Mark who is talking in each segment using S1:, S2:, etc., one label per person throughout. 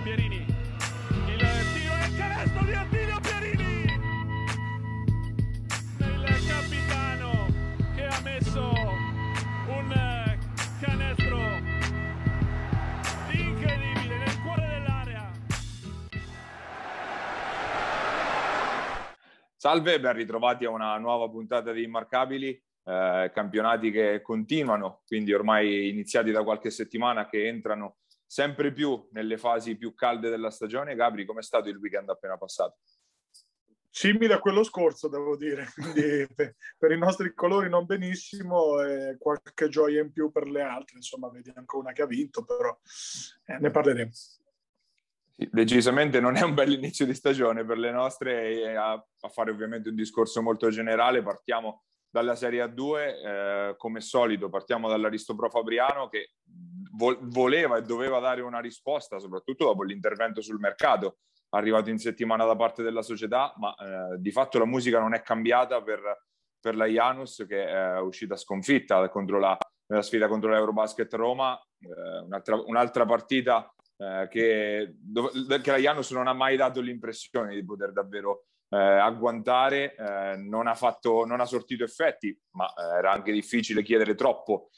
S1: Pierini, il tiro e il canestro di Attilio Pierini, il capitano che ha messo un canestro incredibile nel cuore dell'area.
S2: Salve, ben ritrovati a una nuova puntata di Immarcabili, campionati che continuano, quindi ormai iniziati da qualche settimana, che entrano sempre più nelle fasi più calde della stagione. Gabri, com'è stato il weekend appena passato?
S3: Simile a quello scorso, devo dire, quindi per i nostri colori non benissimo, e qualche gioia in più per le altre, insomma, vedi anche una che ha vinto, però ne parleremo.
S2: Sì, decisamente non è un bel inizio di stagione per le nostre, e a fare ovviamente un discorso molto generale partiamo dalla Serie A2, come solito partiamo dall'Aristopro Fabriano, che voleva e doveva dare una risposta, soprattutto dopo l'intervento sul mercato arrivato in settimana da parte della società, ma di fatto la musica non è cambiata per la Janus, che è uscita sconfitta nella sfida contro l'Eurobasket Roma, un'altra partita che la Janus non ha mai dato l'impressione di poter davvero agguantare, non ha sortito effetti, ma era anche difficile chiedere troppo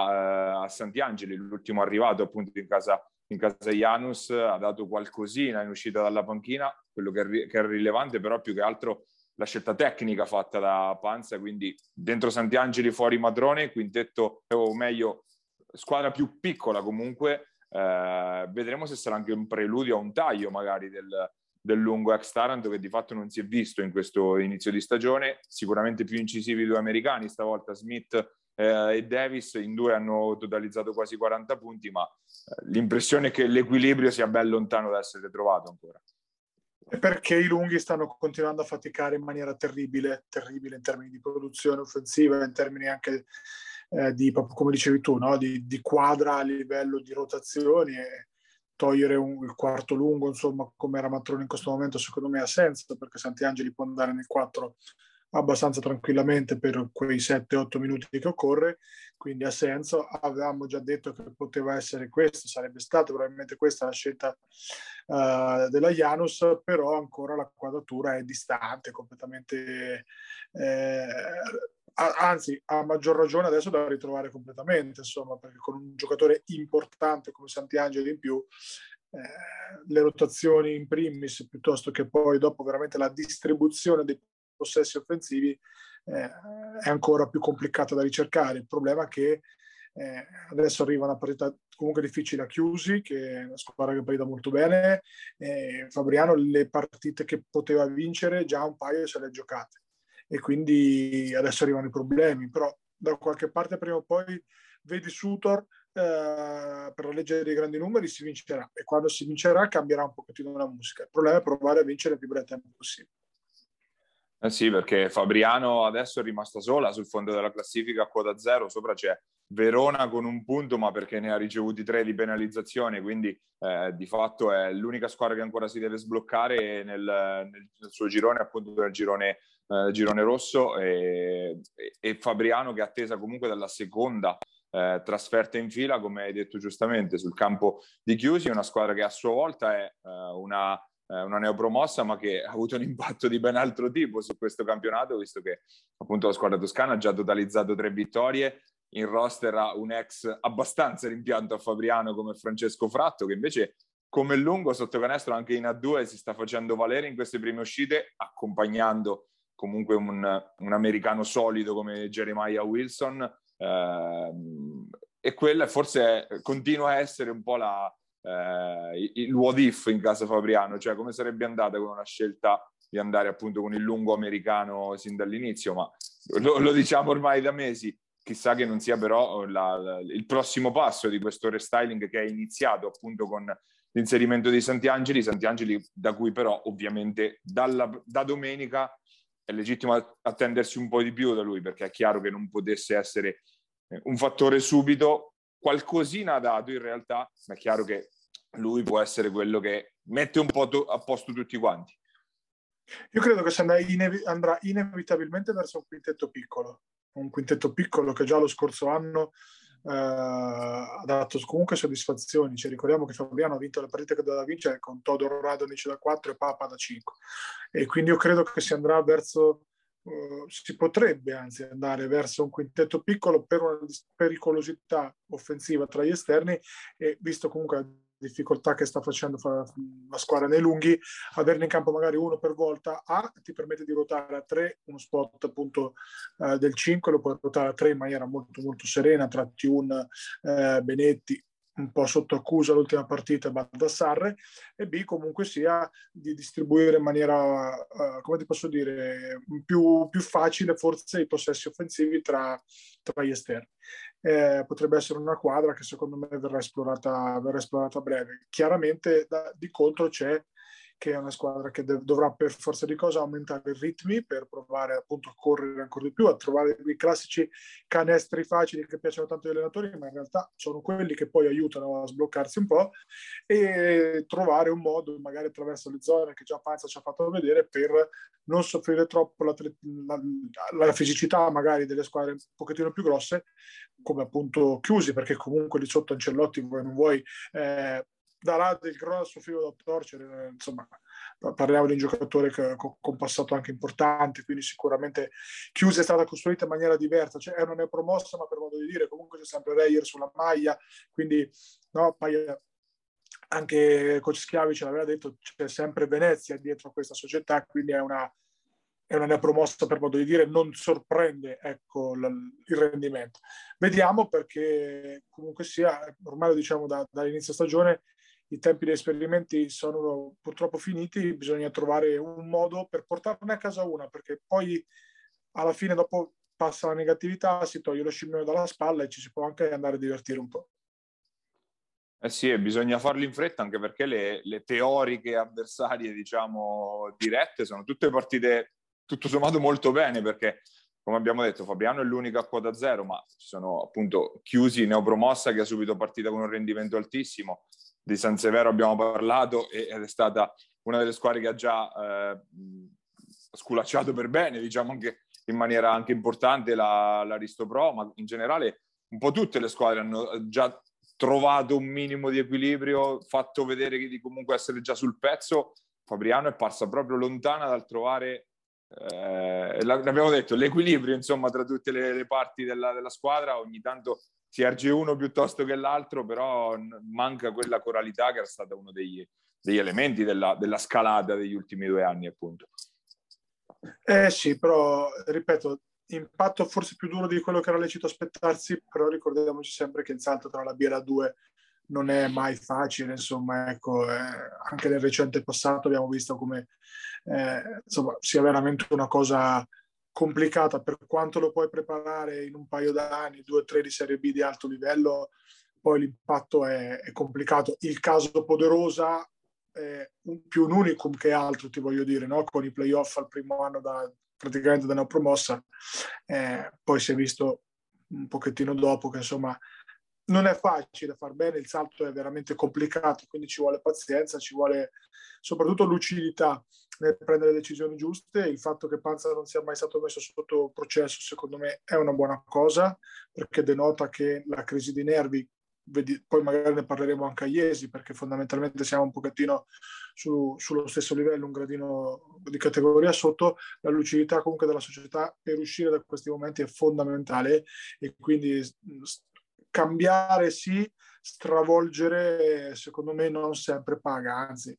S2: a Santiangeli, l'ultimo arrivato appunto in casa Janus. Ha dato qualcosina in uscita dalla panchina, quello che è rilevante però più che altro la scelta tecnica fatta da Panza, quindi dentro Santiangeli, fuori Madrone, quintetto, o meglio squadra più piccola comunque. Vedremo se sarà anche un preludio a un taglio magari del lungo ex Taranto, che di fatto non si è visto in questo inizio di stagione. Sicuramente più incisivi i due americani stavolta, Smith e Davis, in due hanno totalizzato quasi 40 punti, ma l'impressione è che l'equilibrio sia ben lontano da essere trovato ancora.
S3: Perché i lunghi stanno continuando a faticare in maniera terribile in termini di produzione offensiva, in termini anche di, proprio come dicevi tu, no? di quadra a livello di rotazioni, e togliere il quarto lungo, insomma, come era Matrone in questo momento, secondo me ha senso, perché Santiangeli può andare nel 4 abbastanza tranquillamente per quei 7-8 minuti che occorre, quindi ha senso. Avevamo già detto che poteva essere questo, sarebbe stata probabilmente questa la scelta della Janus, però ancora la quadratura è distante completamente, anzi a maggior ragione adesso da ritrovare completamente, insomma, perché con un giocatore importante come Santiangeli in più, le rotazioni in primis, piuttosto che poi dopo veramente la distribuzione dei possessi offensivi, è ancora più complicata da ricercare. Il problema è che adesso arriva una partita comunque difficile a Chiusi, che è una squadra che partita molto bene. Fabriano le partite che poteva vincere già un paio se le ha giocate, e quindi adesso arrivano i problemi, però da qualche parte prima o poi vedi Sutor, per la legge dei grandi numeri si vincerà, e quando si vincerà cambierà un pochettino la musica. Il problema è provare a vincere il più breve tempo possibile.
S2: Sì, perché Fabriano adesso è rimasta sola sul fondo della classifica a quota zero. Sopra c'è Verona con un punto, ma perché ne ha ricevuti 3 di penalizzazione, quindi di fatto è l'unica squadra che ancora si deve sbloccare nel suo girone, appunto nel girone rosso, e Fabriano che è attesa comunque dalla seconda trasferta in fila, come hai detto giustamente, sul campo di Chiusi, una squadra che a sua volta è una neopromossa, ma che ha avuto un impatto di ben altro tipo su questo campionato, visto che appunto la squadra toscana ha già totalizzato 3 vittorie. In roster ha un ex abbastanza rimpianto a Fabriano come Francesco Fratto, che invece come lungo sotto canestro anche in A2 si sta facendo valere in queste prime uscite, accompagnando comunque un americano solido come Jeremiah Wilson, e quella forse continua a essere un po' il what if in casa Fabriano, cioè come sarebbe andata con una scelta di andare appunto con il lungo americano sin dall'inizio, ma lo diciamo ormai da mesi. Chissà che non sia però il prossimo passo di questo restyling che è iniziato appunto con l'inserimento di Santiangeli, da cui però ovviamente da domenica è legittimo attendersi un po' di più da lui, perché è chiaro che non potesse essere un fattore subito. Qualcosina ha dato in realtà, ma è chiaro che lui può essere quello che mette un po' a posto tutti quanti.
S3: Io credo che andrà inevitabilmente verso un quintetto piccolo che già lo scorso anno ha dato comunque soddisfazioni. Cioè, ricordiamo che Fabriano ha vinto la partita che doveva vincere con Todor Radonic da 4 e Papa da 5, e quindi io credo che si andrà verso si potrebbe anzi andare verso un quintetto piccolo per una pericolosità offensiva tra gli esterni, e visto comunque la difficoltà che sta facendo la squadra nei lunghi, averne in campo magari uno per volta ti permette di ruotare a 3 uno spot appunto del 5, lo puoi ruotare a 3 in maniera molto molto serena tra Tiun, Benetti, un po' sotto accusa l'ultima partita Baldassarre, e B comunque sia di distribuire in maniera, come ti posso dire, più facile forse i possessi offensivi tra gli esterni. Potrebbe essere una quadra che secondo me verrà esplorata a breve. Chiaramente di contro c'è che è una squadra che dovrà per forza di cosa aumentare i ritmi per provare appunto a correre ancora di più, a trovare i classici canestri facili che piacciono tanto agli allenatori, ma in realtà sono quelli che poi aiutano a sbloccarsi un po', e trovare un modo, magari attraverso le zone che già Panza ci ha fatto vedere, per non soffrire troppo la fisicità magari delle squadre un pochettino più grosse, come appunto Chiusi, perché comunque lì sotto Ancelotti, vuoi non vuoi, darà del grosso filo da torcere. Insomma, parliamo di un giocatore con passato anche importante, quindi sicuramente Chiusa è stata costruita in maniera diversa, cioè è una neopromossa, ma per modo di dire comunque c'è sempre Reyer sulla maglia, quindi no, poi anche Coach Schiavi ce l'aveva detto, c'è sempre Venezia dietro a questa società, quindi è una neopromossa per modo di dire, non sorprende, ecco, il rendimento. Vediamo, perché comunque sia, ormai lo diciamo dall'inizio stagione, i tempi degli esperimenti sono purtroppo finiti, bisogna trovare un modo per portarne a casa una, perché poi alla fine dopo passa la negatività, si toglie lo scimmione dalla spalla e ci si può anche andare a divertire un po'.
S2: Eh sì, e bisogna farlo in fretta, anche perché le teoriche avversarie, diciamo, dirette sono tutte partite tutto sommato molto bene, perché come abbiamo detto Fabriano è l'unico a quota zero, ma ci sono appunto Chiusi, neopromossa, che ha subito partita con un rendimento altissimo. Di San Severo abbiamo parlato ed è stata una delle squadre che ha già sculacciato per bene, diciamo anche in maniera anche importante l'Aristo Pro, ma in generale un po' tutte le squadre hanno già trovato un minimo di equilibrio, fatto vedere di comunque essere già sul pezzo. Fabriano è parsa proprio lontana dal trovare, l'abbiamo detto, l'equilibrio insomma tra tutte le parti della squadra. Ogni tanto si erge uno piuttosto che l'altro, però manca quella coralità che era stata uno degli elementi della scalata degli ultimi 2 anni, appunto.
S3: Sì, però ripeto, impatto forse più duro di quello che era lecito aspettarsi, però ricordiamoci sempre che il salto tra la B e la 2 non è mai facile, insomma, ecco, anche nel recente passato abbiamo visto come insomma, sia veramente una cosa complicata. Per quanto lo puoi preparare in un paio d'anni, 2 o 3 di Serie B di alto livello, poi l'impatto è complicato. Il caso Poderosa è più un unicum che altro, ti voglio dire, no? Con i playoff al primo anno praticamente da una promossa, poi si è visto un pochettino dopo che insomma non è facile far bene, il salto è veramente complicato, quindi ci vuole pazienza, ci vuole soprattutto lucidità nel prendere le decisioni giuste. Il fatto che Panza non sia mai stato messo sotto processo secondo me è una buona cosa, perché denota che la crisi di nervi, poi magari ne parleremo anche a Iesi, perché fondamentalmente siamo un pochettino sullo stesso livello, un gradino di categoria sotto. La lucidità comunque della società per uscire da questi momenti è fondamentale, e quindi cambiare sì, stravolgere secondo me non sempre paga, anzi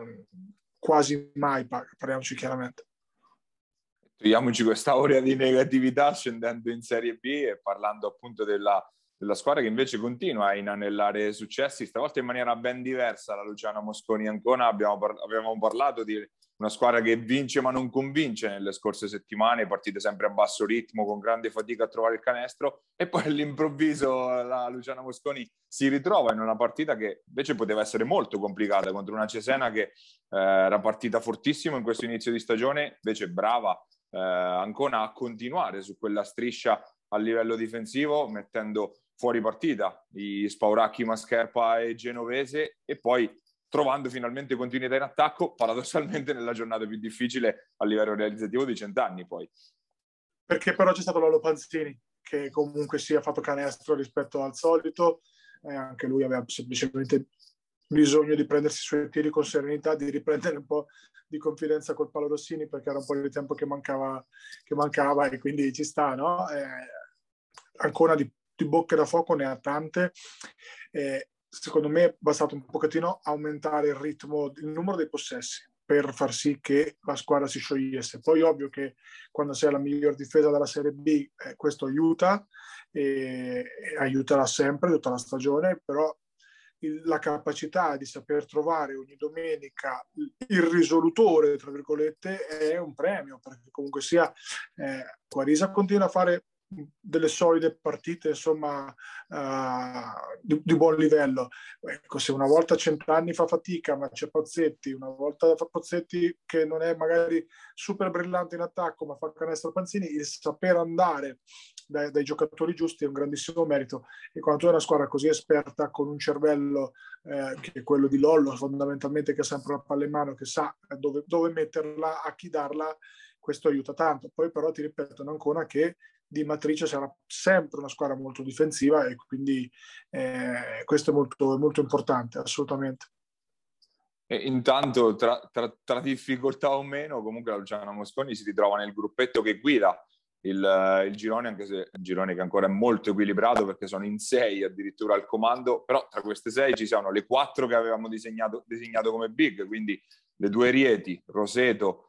S3: quasi mai paga, parliamoci chiaramente.
S2: Togliamoci questa aurea di negatività scendendo in Serie B e parlando appunto della squadra che invece continua a inanellare successi, stavolta in maniera ben diversa. La Luciana Mosconi Ancona, avevamo parlato di una squadra che vince ma non convince nelle scorse settimane, partite sempre a basso ritmo, con grande fatica a trovare il canestro, e poi all'improvviso la Luciana Mosconi si ritrova in una partita che invece poteva essere molto complicata contro una Cesena che era partita fortissimo in questo inizio di stagione, invece brava Ancona a continuare su quella striscia a livello difensivo, mettendo fuori partita i Spauracchi, Mascherpa e Genovese, e poi trovando finalmente continuità in attacco, paradossalmente nella giornata più difficile a livello realizzativo di 100 anni poi.
S3: Perché però c'è stato Lolo Panzini. che comunque sia fatto canestro rispetto al solito, anche lui aveva semplicemente bisogno di prendersi i suoi tiri con serenità, di riprendere un po' di confidenza col Paolo Rossini, perché era un po' di tempo che mancava e quindi ci sta, no? Ancora di bocche da fuoco ne ha tante. Secondo me è bastato un pochettino aumentare il numero dei possessi per far sì che la squadra si sciogliesse. Poi ovvio che quando sei la miglior difesa della Serie B questo aiuta, e aiuterà sempre tutta la stagione, però la capacità di saper trovare ogni domenica il risolutore, tra virgolette, è un premio, perché comunque sia Quarisa continua a fare delle solide partite, insomma, di buon livello. Ecco, se una volta Cent'Anni fa fatica, ma c'è Pozzetti, una volta fa Pozzetti che non è magari super brillante in attacco, ma fa canestro Panzini, il saper andare dai giocatori giusti è un grandissimo merito, e quando tu hai una squadra così esperta, con un cervello che è quello di Lollo fondamentalmente, che ha sempre la palla in mano, che sa dove metterla, a chi darla, questo aiuta tanto. Poi però ti ripeto ancora che di matrice sarà sempre una squadra molto difensiva, e quindi questo è molto, molto importante, assolutamente.
S2: E intanto tra difficoltà o meno, comunque la Luciana Mosconi si ritrova nel gruppetto che guida il girone, anche se il girone che ancora è molto equilibrato, perché sono in 6 addirittura al comando, però tra queste 6 ci sono le 4 che avevamo designato come big, quindi le 2 Rieti, Roseto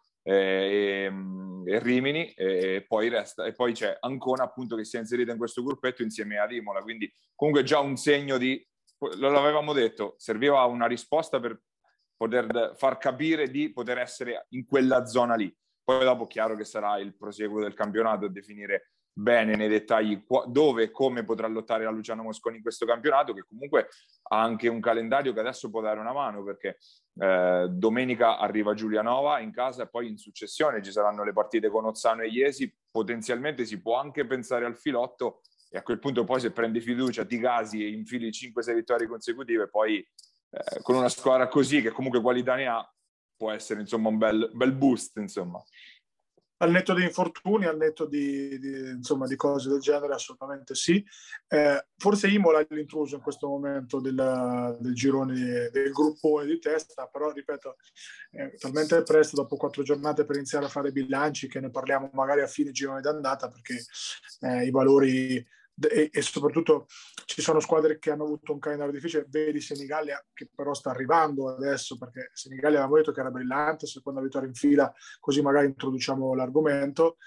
S2: e Rimini, e poi c'è Ancona, appunto, che si è inserita in questo gruppetto insieme ad Imola, quindi comunque già un segno lo avevamo detto, serviva una risposta per poter far capire di poter essere in quella zona lì. Poi dopo chiaro che sarà il proseguo del campionato a definire bene nei dettagli dove e come potrà lottare la Luciano Mosconi in questo campionato, che comunque ha anche un calendario che adesso può dare una mano, perché domenica arriva Giulianova in casa, e poi in successione ci saranno le partite con Ozzano e Iesi, potenzialmente si può anche pensare al filotto, e a quel punto poi se prendi fiducia ti gasi e infili 5-6 vittorie consecutive, poi con una squadra così, che comunque qualità ne ha, può essere insomma un bel boost, insomma.
S3: Al netto di infortuni, al netto insomma, di cose del genere, assolutamente sì. Forse Imola è l'intruso in questo momento del girone, del gruppone di testa, però ripeto, è talmente presto, dopo 4 giornate, per iniziare a fare bilanci, che ne parliamo magari a fine girone d'andata, perché i valori e soprattutto ci sono squadre che hanno avuto un calendario difficile. Vedi Senigallia, che però sta arrivando adesso, perché Senigallia avevamo detto che era brillante, seconda vittoria in fila, così magari introduciamo l'argomento.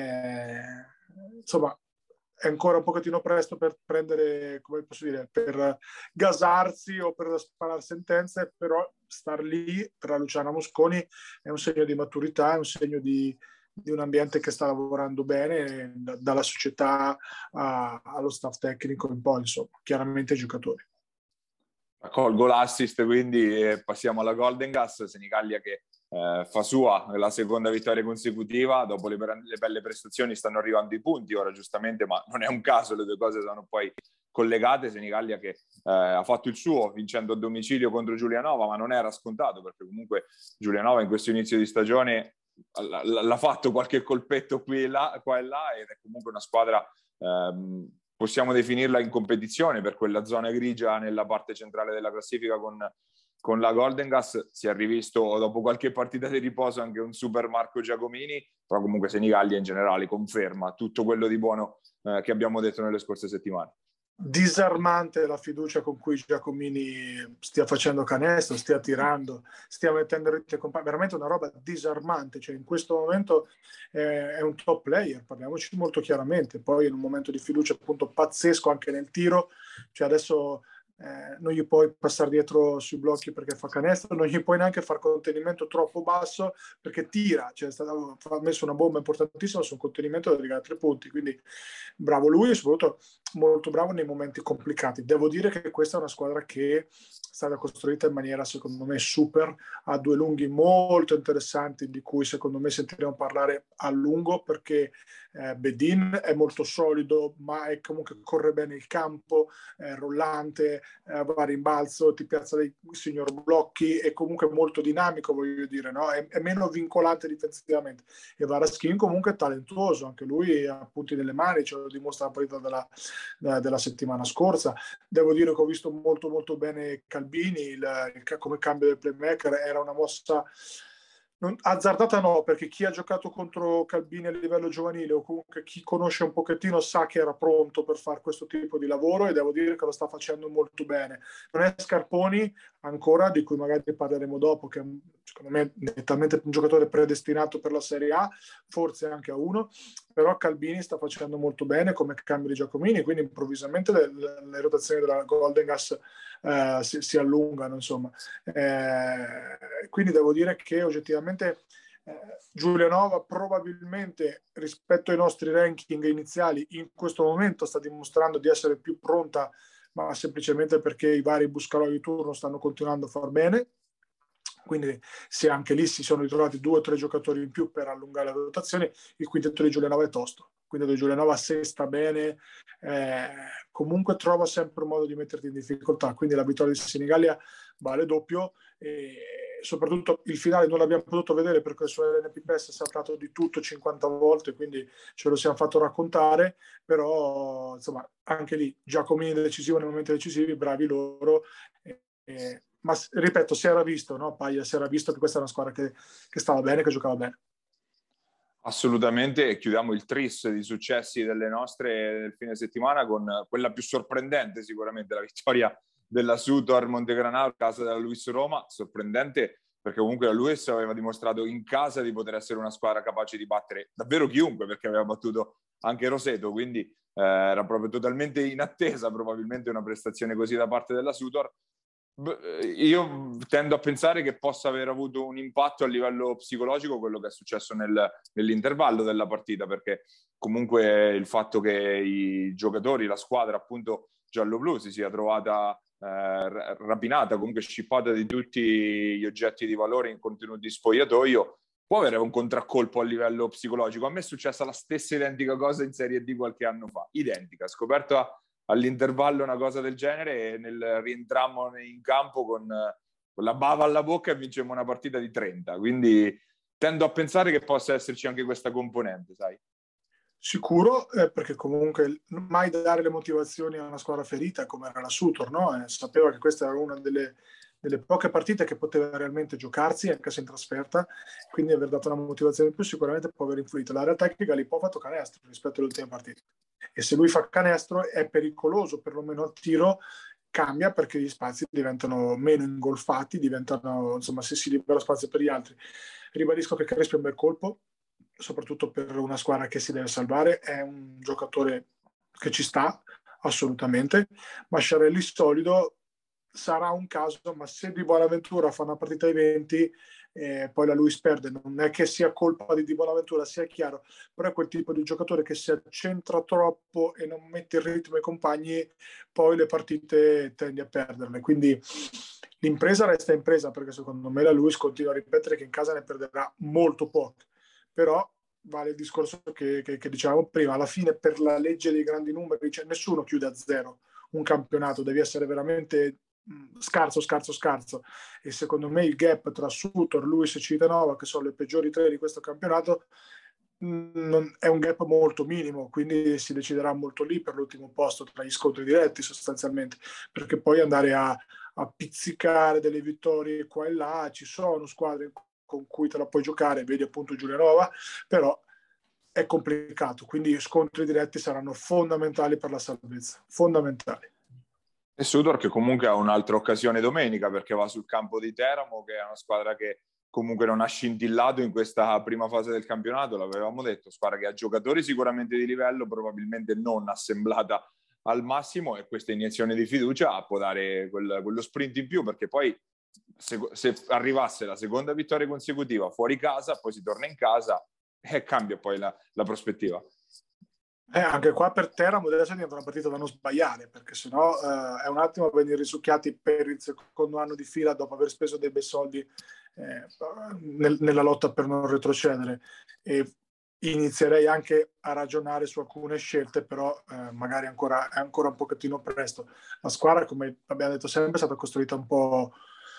S3: Insomma, è ancora un pochettino presto per prendere, come posso dire, per gasarsi o per sparare sentenze, però star lì tra Luciana Mosconi è un segno di maturità, è un segno di un ambiente che sta lavorando bene, dalla società allo staff tecnico in poi, insomma, chiaramente ai giocatori.
S2: Colgo l'assist, quindi passiamo alla Golden Gas, Senigallia che fa sua la seconda vittoria consecutiva, dopo le belle prestazioni stanno arrivando i punti ora, giustamente, ma non è un caso, le due cose sono poi collegate. Senigallia che ha fatto il suo vincendo a domicilio contro Giulianova, ma non era scontato, perché comunque Giulianova in questo inizio di stagione l'ha fatto qualche colpetto qua e là, ed è comunque una squadra, possiamo definirla in competizione per quella zona grigia nella parte centrale della classifica con la Golden Gas. Si è rivisto dopo qualche partita di riposo anche un super Marco Giacomini, però comunque Senigallia in generale conferma tutto quello di buono che abbiamo detto nelle scorse settimane.
S3: Disarmante la fiducia con cui Giacomini stia facendo canestro, stia tirando, stia mettendo rete, veramente una roba disarmante. Cioè, in questo momento è un top player, parliamoci molto chiaramente. Poi in un momento di fiducia appunto pazzesco anche nel tiro, cioè adesso non gli puoi passare dietro sui blocchi perché fa canestro, non gli puoi neanche far contenimento troppo basso perché tira, cioè ha messo una bomba importantissima sul contenimento da arrivare a 3 punti, quindi bravo lui, e soprattutto molto bravo nei momenti complicati. Devo dire che questa è una squadra che è stata costruita in maniera, secondo me, super, ha due lunghi molto interessanti di cui secondo me sentiremo parlare a lungo, perché Bedin è molto solido, ma è comunque corre bene il campo, è rollante, va a rimbalzo, ti piazza dei signor blocchi, è comunque molto dinamico, voglio dire, no? È meno vincolante difensivamente. E Varaskin comunque è talentuoso, anche lui ha punti nelle mani, ce lo dimostra la partita della settimana scorsa. Devo dire che ho visto molto molto bene Calbini, come cambio del playmaker, era una mossa azzardata, no, perché chi ha giocato contro Calbini a livello giovanile o comunque chi conosce un pochettino sa che era pronto per fare questo tipo di lavoro, e devo dire che lo sta facendo molto bene. Non è Scarponi ancora, di cui magari parleremo dopo, che secondo me è nettamente un giocatore predestinato per la Serie A, forse anche a uno, però Calbini sta facendo molto bene come cambio di Giacomini, quindi improvvisamente le rotazioni della Golden Gas si allungano, insomma. Quindi devo dire che oggettivamente Giulianova probabilmente rispetto ai nostri ranking iniziali in questo momento sta dimostrando di essere più pronta, ma semplicemente perché i vari Buscalò di turno stanno continuando a far bene. Quindi se anche lì si sono ritrovati 2 o 3 giocatori in più per allungare le rotazioni, il quintetto di Giulianova è tosto. Quindi di Giulianova, se sta bene, comunque trova sempre un modo di metterti in difficoltà. Quindi la vittoria di Senigallia vale doppio, e soprattutto il finale non l'abbiamo potuto vedere perché su LNPS è saltato di tutto 50 volte, quindi ce lo siamo fatto raccontare, però insomma anche lì Giacomini decisivo nei momenti decisivi, bravi loro. Ma ripeto, si era visto, no? Paglia, si era visto che questa è una squadra che stava bene, che giocava bene.
S2: Assolutamente, e chiudiamo il tris di successi delle nostre del fine settimana con quella più sorprendente sicuramente, la vittoria della Sutor Montegranaro, casa della Luis Roma. Sorprendente perché comunque la Luis aveva dimostrato in casa di poter essere una squadra capace di battere davvero chiunque, perché aveva battuto anche Roseto, quindi era proprio totalmente in attesa probabilmente una prestazione così da parte della Sutor. Io tendo a pensare che possa aver avuto un impatto a livello psicologico quello che è successo nell'intervallo della partita, perché comunque il fatto che i giocatori, la squadra appunto giallo-blu si sia trovata rapinata, comunque scippata di tutti gli oggetti di valore in contenuti di spogliatoio, può avere un contraccolpo a livello psicologico. A me è successa la stessa identica cosa in Serie D qualche anno fa, identica, scoperto all'intervallo una cosa del genere, e rientrammo in campo con la bava alla bocca e vincemmo una partita di 30. Quindi tendo a pensare che possa esserci anche questa componente, sai?
S3: Sicuro, perché comunque mai dare le motivazioni a una squadra ferita come era la Sutor, no? Sapeva che questa era una delle poche partite che poteva realmente giocarsi anche se in trasferta, quindi aver dato una motivazione in più sicuramente può aver influito. La realtà è che Galipò ha fatto canestro rispetto alle ultime partite, e se lui fa canestro è pericoloso, perlomeno al tiro cambia, perché gli spazi diventano meno ingolfati, diventano, insomma, se si libera spazio per gli altri. Ribadisco che Crespi è un bel colpo, soprattutto per una squadra che si deve salvare, è un giocatore che ci sta assolutamente. Masciarelli solido, sarà un caso, ma se Di Bonaventura fa una partita ai 20, poi la Luis perde, non è che sia colpa di Bonaventura, sia chiaro, però è quel tipo di giocatore che si accentra troppo e non mette il ritmo ai compagni, poi le partite tendi a perderle. Quindi l'impresa resta impresa, perché secondo me la Luis continua a ripetere che in casa ne perderà molto poco, però vale il discorso che dicevamo prima, alla fine per la legge dei grandi numeri, cioè nessuno chiude a zero un campionato, devi essere veramente scarso, e secondo me il gap tra Sutor, Luis e Civitanova, che sono le peggiori 3 di questo campionato, è un gap molto minimo, quindi si deciderà molto lì per l'ultimo posto tra gli scontri diretti sostanzialmente, perché poi andare a pizzicare delle vittorie qua e là, ci sono squadre con cui te la puoi giocare, vedi appunto Giulianova, però è complicato, quindi scontri diretti saranno fondamentali per la salvezza, fondamentali.
S2: E Sudor che comunque ha un'altra occasione domenica, perché va sul campo di Teramo, che è una squadra che comunque non ha scintillato in questa prima fase del campionato, l'avevamo detto, squadra che ha giocatori sicuramente di livello, probabilmente non assemblata al massimo, e questa iniezione di fiducia può dare quello sprint in più, perché poi se arrivasse la seconda vittoria consecutiva fuori casa, poi si torna in casa e cambia poi la prospettiva.
S3: Anche qua per Teramo adesso diventa una partita da non sbagliare, perché sennò è un attimo a venire risucchiati per il secondo anno di fila dopo aver speso dei bei soldi nella lotta per non retrocedere. E inizierei anche a ragionare su alcune scelte, però magari è ancora un pochettino presto. La squadra, come abbiamo detto sempre, è stata costruita un po'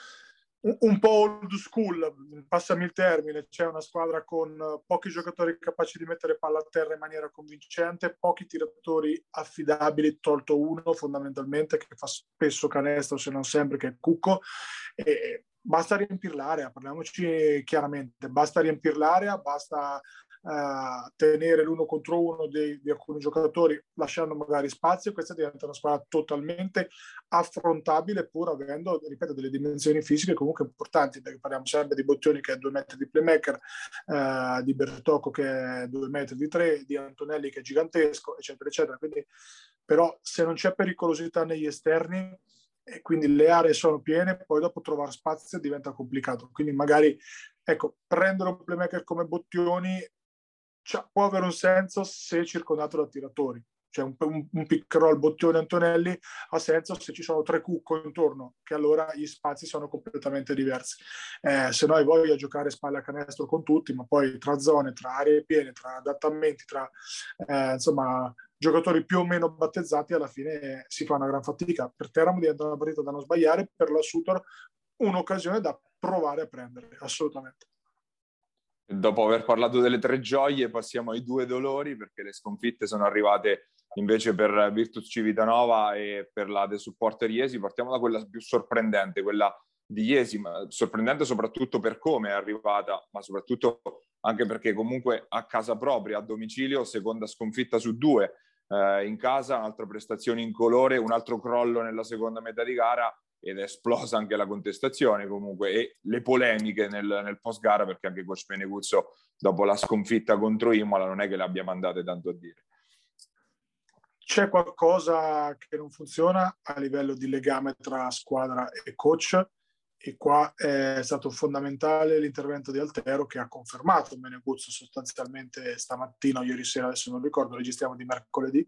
S3: old school, passami il termine. C'è una squadra con pochi giocatori capaci di mettere palla a terra in maniera convincente, pochi tiratori affidabili, tolto uno fondamentalmente che fa spesso canestro se non sempre, che è Cucco. E basta riempire l'area, parliamoci chiaramente, basta riempire l'area, basta tenere l'uno contro uno di alcuni giocatori, lasciando magari spazio. Questa diventa una squadra totalmente affrontabile, pur avendo, ripeto, delle dimensioni fisiche comunque importanti, perché parliamo sempre di Bottioni che è 2 metri di playmaker, di Bertocco che è 2 metri di 3, di Antonelli che è gigantesco, eccetera eccetera. Quindi, però se non c'è pericolosità negli esterni e quindi le aree sono piene, poi dopo trovare spazio diventa complicato. Quindi magari, ecco, prendere un playmaker come Bottioni può avere un senso se circondato da tiratori. Cioè un pick roll Bottioni Antonelli ha senso se ci sono 3 Cucco intorno, che allora gli spazi sono completamente diversi. Se no hai voglia di giocare spalle a canestro con tutti, ma poi tra zone, tra aree piene, tra adattamenti, tra insomma giocatori più o meno battezzati, alla fine si fa una gran fatica. Per Teramo diventa una partita da non sbagliare, per la Sutor un'occasione da provare a prendere, assolutamente.
S2: Dopo aver parlato delle 3 gioie passiamo ai 2 dolori, perché le sconfitte sono arrivate invece per Virtus Civitanova e per la De Supporter Iesi. Partiamo da quella più sorprendente, quella di Iesi, ma sorprendente soprattutto per come è arrivata, ma soprattutto anche perché comunque a casa propria, a domicilio, seconda sconfitta su 2, in casa, un'altra prestazione in colore, un altro crollo nella seconda metà di gara, ed è esplosa anche la contestazione comunque e le polemiche nel post gara, perché anche Coach Meneguzzo dopo la sconfitta contro Imola non è che le abbia mandate tanto a dire.
S3: C'è qualcosa che non funziona a livello di legame tra squadra e coach, e qua è stato fondamentale l'intervento di Altero, che ha confermato Meneguzzo sostanzialmente stamattina o ieri sera, adesso non ricordo, registriamo di mercoledì,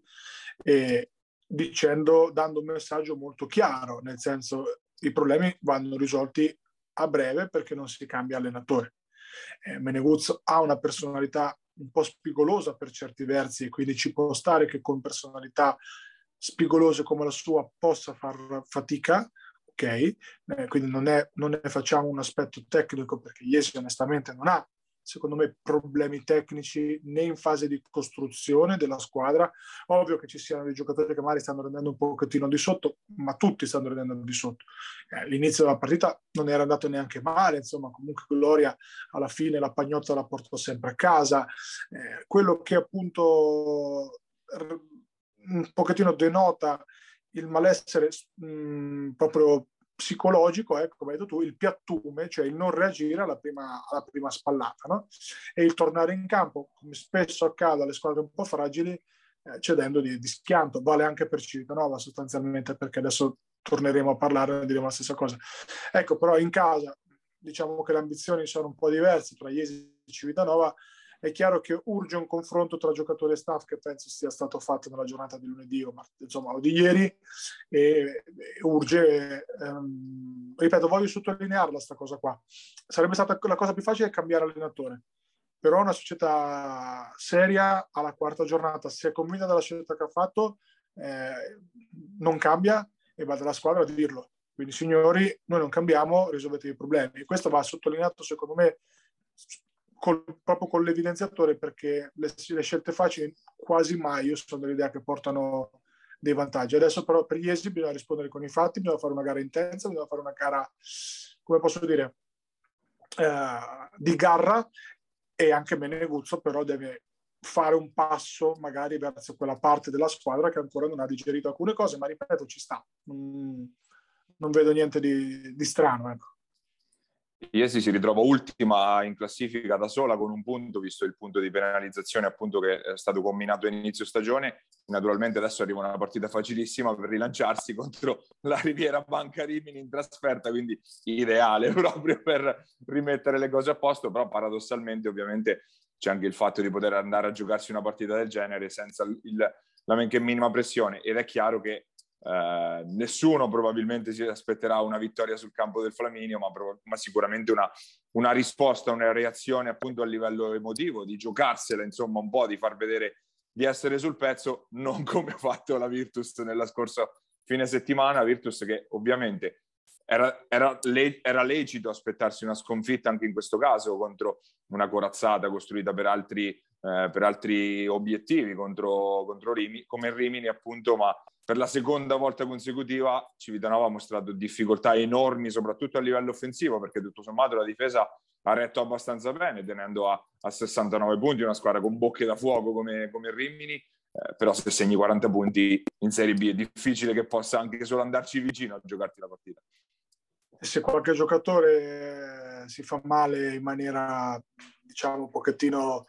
S3: dando un messaggio molto chiaro, nel senso i problemi vanno risolti a breve perché non si cambia allenatore. Meneguzzo ha una personalità un po' spigolosa per certi versi, e quindi ci può stare che con personalità spigolose come la sua possa far fatica, ok? Quindi non ne facciamo un aspetto tecnico, perché Iesi onestamente non ha, secondo me, problemi tecnici né in fase di costruzione della squadra. Ovvio che ci siano dei giocatori che magari stanno rendendo un pochettino di sotto, ma tutti stanno rendendo di sotto. L'inizio della partita non era andato neanche male, insomma, comunque Gloria alla fine la pagnotta la portò sempre a casa. Quello che appunto un pochettino denota il malessere proprio psicologico, come hai detto tu, il piattume, cioè il non reagire alla prima spallata, no? E il tornare in campo, come spesso accade alle squadre un po' fragili, cedendo di schianto. Vale anche per Civitanova sostanzialmente, perché adesso torneremo a parlare e diremo la stessa cosa. Ecco, però in casa diciamo che le ambizioni sono un po' diverse tra Iesi e Civitanova. È chiaro che urge un confronto tra giocatori e staff, che penso sia stato fatto nella giornata di lunedì o di ieri, e urge, ripeto, voglio sottolinearla sta cosa qua. Sarebbe stata la cosa più facile cambiare allenatore, però una società seria alla 4ª giornata, se è convinta della scelta che ha fatto, non cambia e va dalla squadra a dirlo. Quindi signori, noi non cambiamo, risolvetevi i problemi. E questo va sottolineato secondo me proprio con l'evidenziatore, perché le scelte facili quasi mai, io sono dell'idea che portano dei vantaggi. Adesso però per Iesi bisogna rispondere con i fatti, bisogna fare una gara intensa, bisogna fare una gara, come posso dire, di garra, e anche Meneguzzo però deve fare un passo magari verso quella parte della squadra che ancora non ha digerito alcune cose, ma ripeto, ci sta. Non vedo niente di strano, ecco.
S2: Iesi si ritrova ultima in classifica da sola con un punto, visto il punto di penalizzazione appunto che è stato combinato a inizio stagione. Naturalmente adesso arriva una partita facilissima per rilanciarsi contro la Riviera Banca Rimini in trasferta, quindi ideale proprio per rimettere le cose a posto, però paradossalmente ovviamente c'è anche il fatto di poter andare a giocarsi una partita del genere senza la men che minima pressione, ed è chiaro che nessuno probabilmente si aspetterà una vittoria sul campo del Flaminio, ma sicuramente una risposta, una reazione appunto a livello emotivo, di giocarsela insomma un po', di far vedere di essere sul pezzo, non come ha fatto la Virtus nella scorsa fine settimana. Virtus che ovviamente era lecito aspettarsi una sconfitta anche in questo caso contro una corazzata costruita per altri obiettivi contro Rimini, come Rimini appunto, ma per la seconda volta consecutiva Civitanova ha mostrato difficoltà enormi soprattutto a livello offensivo, perché tutto sommato la difesa ha retto abbastanza bene tenendo a 69 punti una squadra con bocche da fuoco come Rimini, però se segni 40 punti in Serie B è difficile che possa anche solo andarci vicino a giocarti la partita.
S3: Se qualche giocatore si fa male in maniera diciamo un pochettino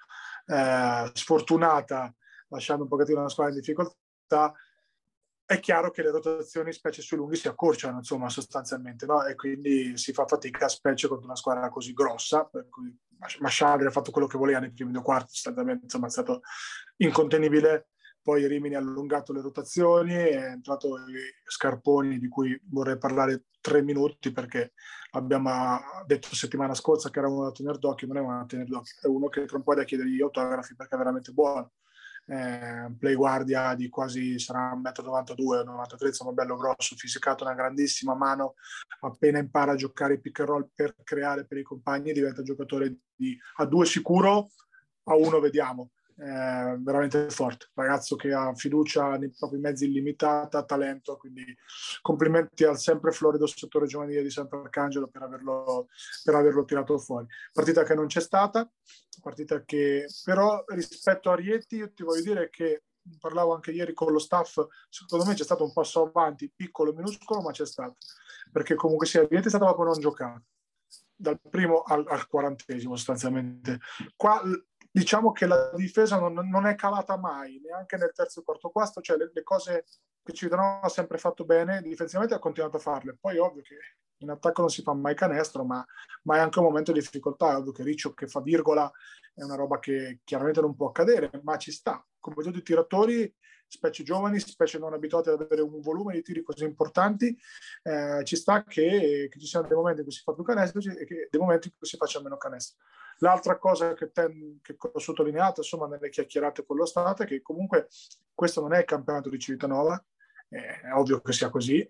S3: sfortunata, lasciando un pochettino la squadra in difficoltà, è chiaro che le rotazioni specie sui lunghi si accorciano insomma sostanzialmente, no? E quindi si fa fatica specie contro una squadra così grossa, per cui Masciadri ha fatto quello che voleva nei primi 2 quarti, sostanzialmente insomma è stato incontenibile. Poi Rimini ha allungato le rotazioni, è entrato Scarponi, di cui vorrei parlare 3 minuti perché abbiamo detto settimana scorsa che era uno da tenere d'occhio. Non è uno da tenere d'occhio, è uno che tra un po' è da chiedergli autografi perché è veramente buono. Play guardia di quasi, sarà 1,92 m, 93 m, insomma bello grosso, fisicato, una grandissima mano, appena impara a giocare i pick and roll per creare per i compagni diventa giocatore a 2 sicuro, a 1 vediamo. Veramente forte, ragazzo che ha fiducia nei propri mezzi illimitata, talento, quindi complimenti al sempre florido settore giovanile di Sant'Arcangelo per averlo tirato fuori. Partita che non c'è stata, partita che però rispetto a Rieti io ti voglio dire che parlavo anche ieri con lo staff, secondo me c'è stato un passo avanti, piccolo, minuscolo, ma c'è stato, perché comunque sia Rieti è stata proprio non giocata dal primo al 40° sostanzialmente. Qua diciamo che la difesa non è calata mai, neanche nel terzo e quarto quarto, cioè le cose che Civitanova ha sempre fatto bene, difensivamente ha continuato a farle. Poi è ovvio che in attacco non si fa mai canestro, ma è anche un momento di difficoltà. È ovvio che Riccio che fa virgola è una roba che chiaramente non può accadere, ma ci sta. Come tutti i tiratori, specie giovani, specie non abituati ad avere un volume di tiri così importanti, ci sta che ci siano dei momenti in cui si fa più canestro e dei momenti in cui si faccia meno canestro. L'altra cosa che ho sottolineato insomma nelle chiacchierate con lo Stato è che comunque questo non è il campionato di Civitanova, è ovvio che sia così,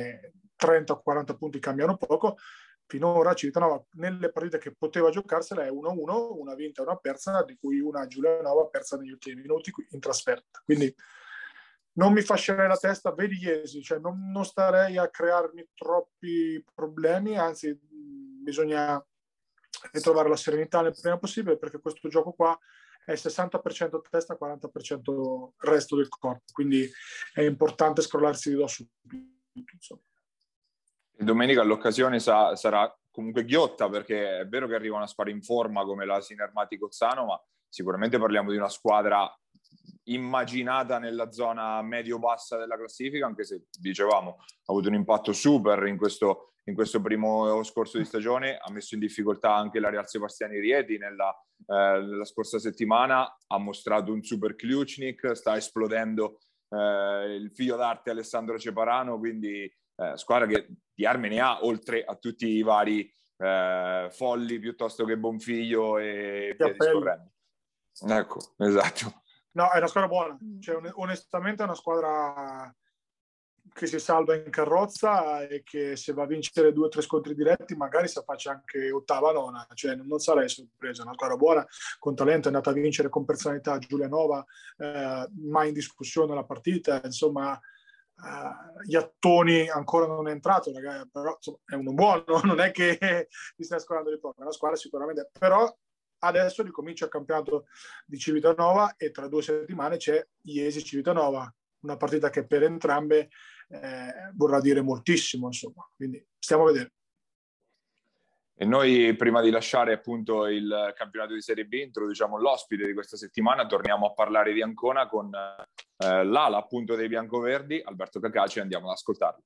S3: 30-40 punti cambiano poco. Finora Civitanova nelle partite che poteva giocarsela è 1-1, una vinta e una persa, di cui una Giulianova persa negli ultimi minuti in trasferta. Quindi non mi fascerei la testa, vedi Iesi, cioè non starei a crearmi troppi problemi, anzi bisogna ritrovare la serenità il prima possibile, perché questo gioco qua è 60% testa, 40% resto del corpo, quindi è importante scrollarsi di dosso. Insomma.
S2: E domenica l'occasione sarà comunque ghiotta, perché è vero che arriva una squadra in forma come la Sinermati Cozzano, ma sicuramente parliamo di una squadra immaginata nella zona medio-bassa della classifica, anche se dicevamo ha avuto un impatto super in questo primo scorso di stagione, ha messo in difficoltà anche la Real Sebastiani Rieti nella scorsa settimana, ha mostrato un super Kliuchnik, sta esplodendo il figlio d'arte Alessandro Ceparano, quindi squadra che di armi ne ha, oltre a tutti i vari Folli piuttosto che Bonfiglio e via discorrendo. Ecco, esatto.
S3: No, è una squadra buona, cioè, onestamente è una squadra che si salva in carrozza e che se va a vincere 2 o 3 scontri diretti magari si faccia anche ottava, nona, cioè non sarei sorpreso. È una squadra buona, con talento, è andata a vincere con personalità Giulianova, mai in discussione la partita, insomma Iattoni ancora non è entrato, ragazzi, però insomma, è uno buono, non è che si sta scorando di poco, è una squadra sicuramente, però adesso ricomincia il campionato di Civitanova e tra 2 settimane c'è Iesi Civitanova, una partita che per entrambe vorrà dire moltissimo, insomma, quindi stiamo a vedere.
S2: E noi prima di lasciare appunto il campionato di Serie B introduciamo l'ospite di questa settimana, torniamo a parlare di Ancona con l'ala appunto dei biancoverdi, Alberto Cacaci, andiamo ad ascoltarlo.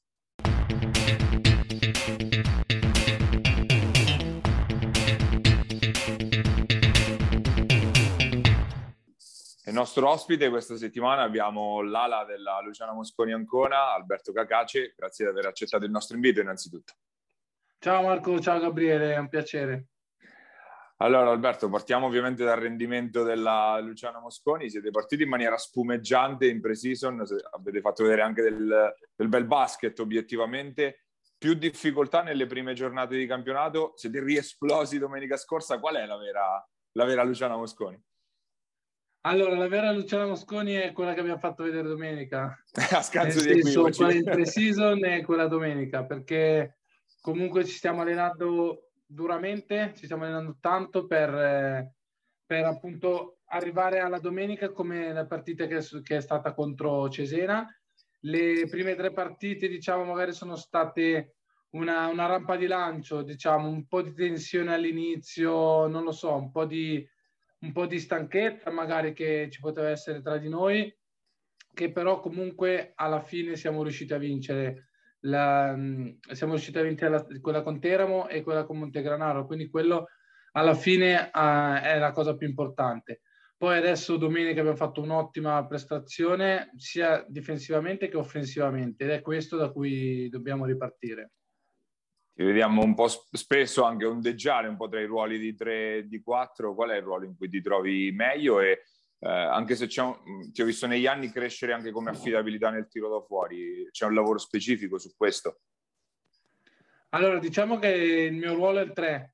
S2: Il nostro ospite questa settimana abbiamo l'ala della Luciana Mosconi Ancona, Alberto Cacace. Grazie di aver accettato il nostro invito innanzitutto.
S4: Ciao Marco, ciao Gabriele, è un piacere.
S2: Allora Alberto, partiamo ovviamente dal rendimento della Luciana Mosconi. Siete partiti in maniera spumeggiante in pre-season, avete fatto vedere anche del bel basket obiettivamente. Più difficoltà nelle prime giornate di campionato, siete riesplosi domenica scorsa. Qual è la vera Luciana Mosconi?
S4: Allora, la vera Luciana Mosconi è quella che abbiamo fatto vedere domenica.
S2: A scanso
S4: Nel
S2: di
S4: senso,
S2: equivoci.
S4: quella in pre-season è quella domenica, perché comunque ci stiamo allenando duramente, ci stiamo allenando tanto per appunto arrivare alla domenica come la partita che è stata contro Cesena. Le prime 3 partite, diciamo, magari sono state una rampa di lancio, diciamo, un po' di tensione all'inizio, non lo so, un po' di stanchezza magari che ci poteva essere tra di noi, che però comunque alla fine siamo riusciti a vincere. Siamo riusciti a vincere quella con Teramo e quella con Montegranaro, quindi quello alla fine è la cosa più importante. Poi adesso domenica abbiamo fatto un'ottima prestazione sia difensivamente che offensivamente ed è questo da cui dobbiamo ripartire.
S2: Ti vediamo un po' spesso anche ondeggiare un po' tra i ruoli di 3 e di 4. Qual è il ruolo in cui ti trovi meglio? E anche se ti ho visto negli anni crescere anche come affidabilità nel tiro da fuori, c'è un lavoro specifico su questo?
S4: Allora, diciamo che il mio ruolo è il 3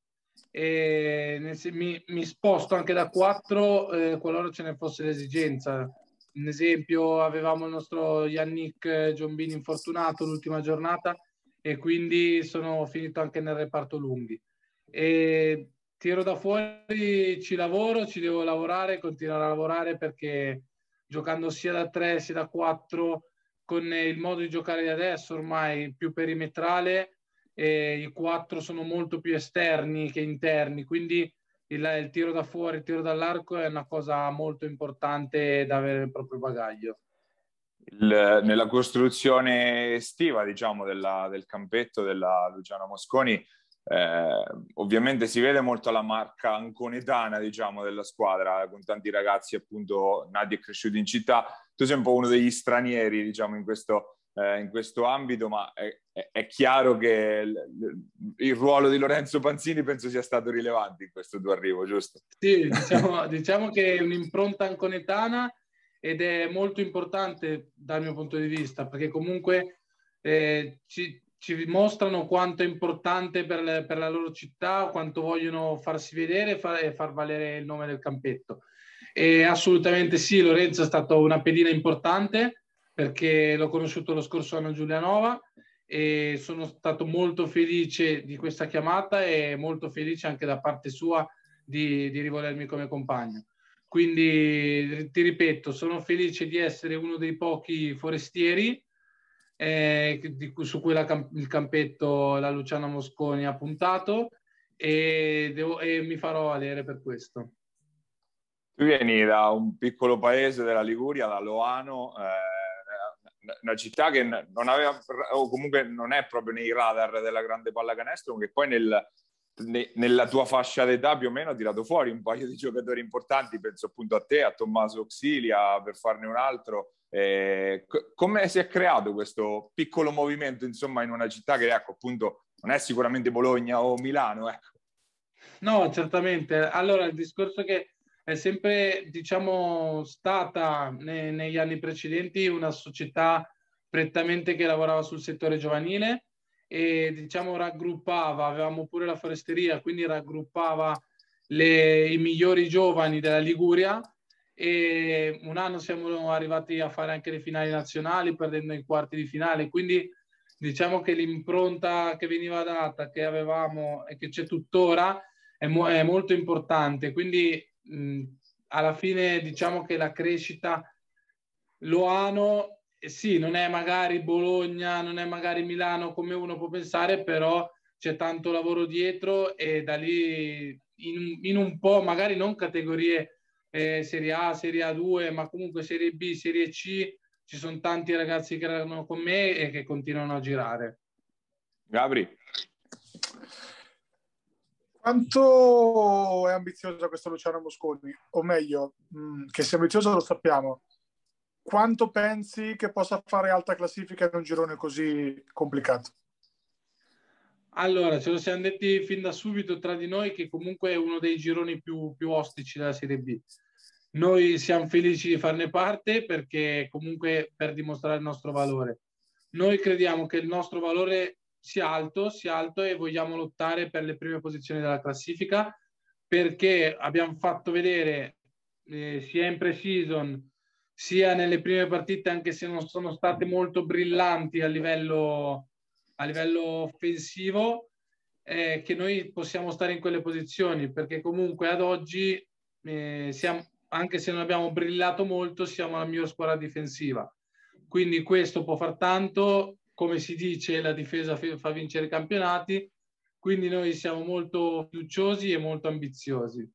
S4: e mi sposto anche da 4 qualora ce ne fosse l'esigenza. Un esempio, avevamo il nostro Yannick Giombini infortunato l'ultima giornata e quindi sono finito anche nel reparto lunghi. E tiro da fuori, ci devo lavorare, continuare a lavorare perché giocando sia da 3 sia da 4 con il modo di giocare di adesso ormai più perimetrale, i 4 sono molto più esterni che interni, quindi il tiro da fuori, il tiro dall'arco è una cosa molto importante da avere nel proprio bagaglio.
S2: Nella costruzione estiva, diciamo, del campetto della Luciana Mosconi, ovviamente si vede molto la marca anconetana, diciamo, della squadra, con tanti ragazzi appunto nati e cresciuti in città. Tu sei un po' uno degli stranieri, diciamo, in questo ambito, ma è chiaro che il ruolo di Lorenzo Panzini penso sia stato rilevante in questo tuo arrivo, giusto?
S4: Sì, diciamo che è un'impronta anconetana ed è molto importante dal mio punto di vista, perché comunque ci mostrano quanto è importante per la loro città, quanto vogliono farsi vedere e far valere il nome del campetto. E assolutamente sì, Lorenzo è stato una pedina importante, perché l'ho conosciuto lo scorso anno a Giulianova e sono stato molto felice di questa chiamata e molto felice anche da parte sua di rivolermi come compagno. Quindi ti ripeto, sono felice di essere uno dei pochi forestieri su cui il campetto la Luciana Mosconi ha puntato e mi farò valere per questo.
S2: Tu vieni da un piccolo paese della Liguria, da Loano, una città che non aveva, o comunque non è proprio nei radar della grande pallacanestro, che poi nella tua fascia d'età più o meno ha tirato fuori un paio di giocatori importanti, penso appunto a te, a Tommaso Auxilia, per farne un altro. Come si è creato questo piccolo movimento, insomma, in una città che, ecco, appunto, non è sicuramente Bologna o Milano, ecco.
S4: No, certamente. Allora, il discorso che è sempre, diciamo, stata negli anni precedenti una società prettamente che lavorava sul settore giovanile e, diciamo, raggruppava, avevamo pure la foresteria, quindi raggruppava i migliori giovani della Liguria e un anno siamo arrivati a fare anche le finali nazionali perdendo i quarti di finale, quindi diciamo che l'impronta che veniva data, che avevamo e che c'è tuttora è molto importante, quindi alla fine diciamo che la crescita Loano sì, non è magari Bologna, non è magari Milano come uno può pensare, però c'è tanto lavoro dietro e da lì in un po' magari non categorie Serie A, Serie A2, ma comunque Serie B, Serie C, ci sono tanti ragazzi che erano con me e che continuano a girare.
S2: Gabri?
S3: Quanto è ambiziosa questa Luciana Mosconi? O meglio, che sia ambiziosa lo sappiamo. Quanto pensi che possa fare alta classifica in un girone così complicato?
S4: Allora, ce lo siamo detti fin da subito tra di noi che comunque è uno dei gironi più ostici della Serie B. Noi siamo felici di farne parte perché comunque per dimostrare il nostro valore. Noi crediamo che il nostro valore sia alto e vogliamo lottare per le prime posizioni della classifica perché abbiamo fatto vedere sia in pre-season sia nelle prime partite, anche se non sono state molto brillanti a livello offensivo, che noi possiamo stare in quelle posizioni perché comunque ad oggi siamo, anche se non abbiamo brillato molto, siamo la miglior squadra difensiva. Quindi questo può far tanto, come si dice, la difesa fa vincere i campionati, quindi noi siamo molto fiduciosi e molto ambiziosi.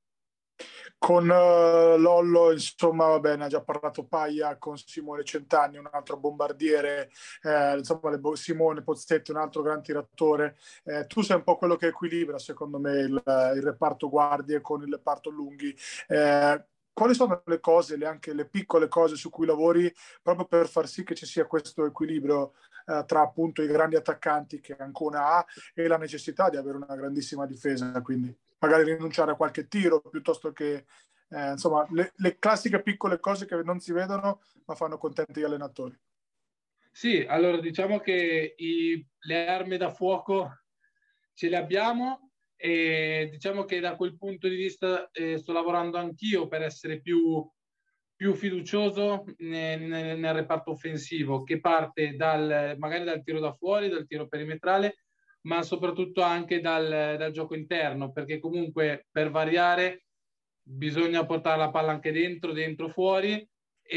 S3: Con Lollo, insomma, va bene, ha già parlato Paia, con Simone Centanni, un altro bombardiere, insomma, Simone Pozzetti, un altro gran tiratore. Tu sei un po' quello che equilibra, secondo me, il reparto guardie con il reparto lunghi. Quali sono le cose, anche le piccole cose su cui lavori proprio per far sì che ci sia questo equilibrio tra appunto i grandi attaccanti che Ancona ha e la necessità di avere una grandissima difesa, quindi magari rinunciare a qualche tiro piuttosto che insomma le classiche piccole cose che non si vedono ma fanno contenti gli allenatori.
S4: Sì, allora diciamo che le armi da fuoco ce le abbiamo e diciamo che da quel punto di vista sto lavorando anch'io per essere più fiducioso nel reparto offensivo che parte magari dal tiro da fuori, dal tiro perimetrale, ma soprattutto anche dal gioco interno, perché comunque per variare bisogna portare la palla anche dentro, fuori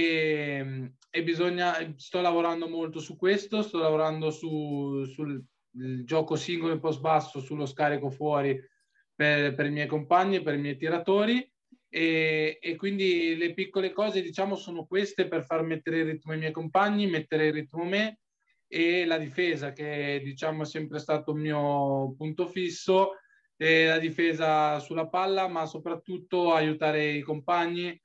S4: e sto lavorando molto su questo, sto lavorando sul gioco singolo e post basso, sullo scarico fuori per i miei compagni, per i miei tiratori e quindi le piccole cose diciamo sono queste per far mettere il ritmo ai miei compagni, mettere il ritmo a me e la difesa che diciamo è sempre stato il mio punto fisso, la difesa sulla palla ma soprattutto aiutare i compagni,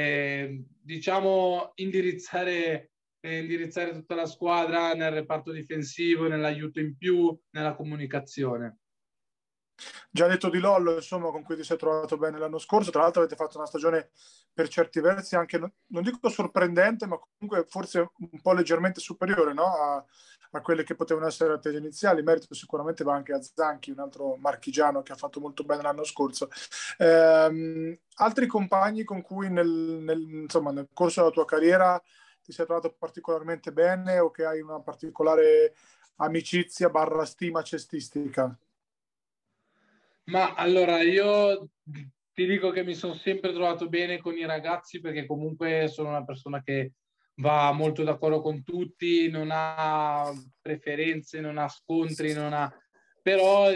S4: diciamo indirizzare tutta la squadra nel reparto difensivo, nell'aiuto in più, nella comunicazione.
S3: Già detto di Lollo, insomma, con cui ti sei trovato bene l'anno scorso. Tra l'altro avete fatto una stagione per certi versi anche, non dico sorprendente, ma comunque forse un po' leggermente superiore, no? a quelle che potevano essere le attese iniziali. Merito sicuramente va anche a Zanchi, un altro marchigiano che ha fatto molto bene l'anno scorso. Altri compagni con cui insomma, nel corso della tua carriera ti sei trovato particolarmente bene o che hai una particolare amicizia / stima cestistica?
S4: Ma allora io ti dico che mi sono sempre trovato bene con i ragazzi perché comunque sono una persona che va molto d'accordo con tutti, non ha preferenze, non ha scontri, non ha... però